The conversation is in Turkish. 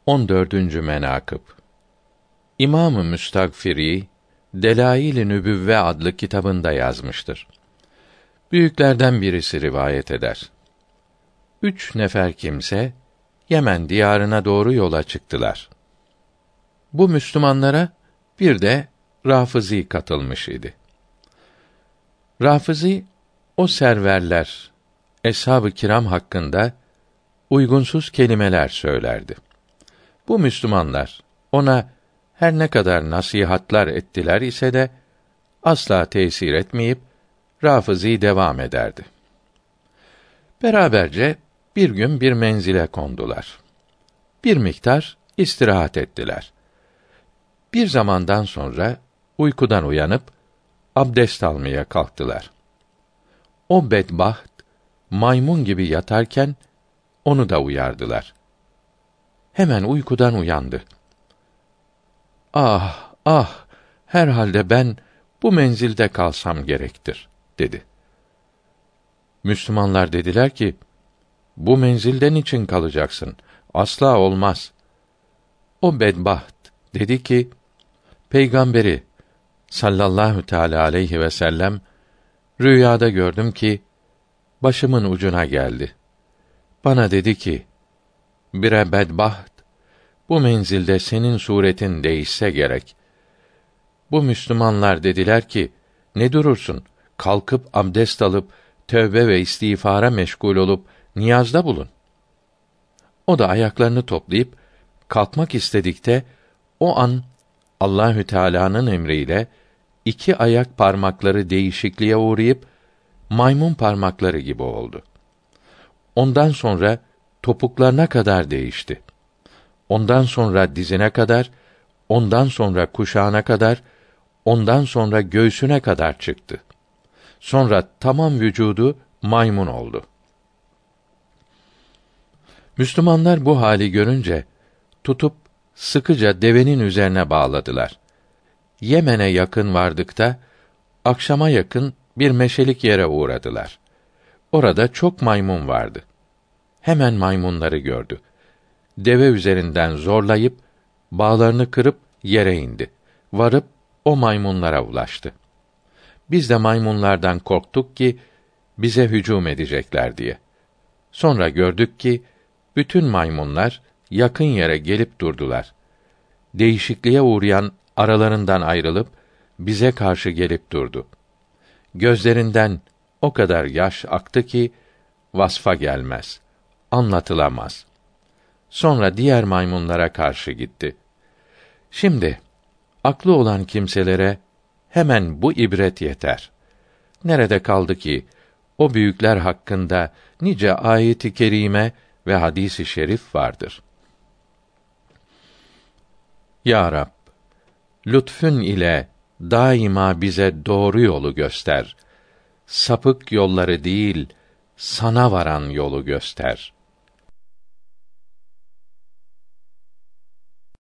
14. menakıb İmam-ı Müstagfiri Delail-i Nübüvve adlı kitabında yazmıştır. Büyüklerden birisi rivayet eder. 3 nefer kimse Yemen diyarına doğru yola çıktılar. Bu Müslümanlara bir de Rafızi katılmış idi. Rafızi o serverler, eshab-ı kiram hakkında uygunsuz kelimeler söylerdi. Bu Müslümanlar ona her ne kadar nasihatlar ettiler ise de asla tesir etmeyip Rafızi devam ederdi. Beraberce bir gün bir menzile kondular. Bir miktar istirahat ettiler. Bir zamandan sonra uykudan uyanıp abdest almaya kalktılar. O bedbaht maymun gibi yatarken onu da uyardılar. Hemen uykudan uyandı. Ah, ah, herhalde ben bu menzilde kalsam gerektir, dedi. Müslümanlar dediler ki, bu menzilde niçin kalacaksın? Asla olmaz. O bedbaht dedi ki, Peygamberi sallallahu teâlâ aleyhi ve sellem rüyada gördüm ki başımın ucuna geldi. Bana dedi ki, bire bedbaht, bu menzilde senin suretin değişse gerek. Bu Müslümanlar dediler ki, ne durursun? Kalkıp abdest alıp tövbe ve istiğfara meşgul olup niyazda bulun. O da ayaklarını toplayıp kalkmak istedikte o an Allahü Teala'nın emriyle 2 ayak parmakları değişikliğe uğrayıp maymun parmakları gibi oldu. Ondan sonra topuklarına kadar değişti. Ondan sonra dizine kadar, ondan sonra kuşağına kadar, ondan sonra göğsüne kadar çıktı. Sonra tamam vücudu maymun oldu. Müslümanlar bu hali görünce tutup sıkıca devenin üzerine bağladılar. Yemen'e yakın vardıkta akşama yakın bir meşelik yere uğradılar. Orada çok maymun vardı. Hemen maymunları gördü. Deve üzerinden zorlayıp bağlarını kırıp yere indi. Varıp o maymunlara ulaştı. Biz de maymunlardan korktuk ki bize hücum edecekler diye. Sonra gördük ki bütün maymunlar yakın yere gelip durdular. Değişikliğe uğrayan aralarından ayrılıp bize karşı gelip durdu. Gözlerinden o kadar yaş aktı ki vasfa gelmez, anlatılamaz. Sonra diğer maymunlara karşı gitti. Şimdi aklı olan kimselere hemen bu ibret yeter. Nerede kaldı ki o büyükler hakkında nice ayet-i kerime ve hadis-i şerif vardır. Ya Rab, lütfün ile daima bize doğru yolu göster. Sapık yolları değil, sana varan yolu göster.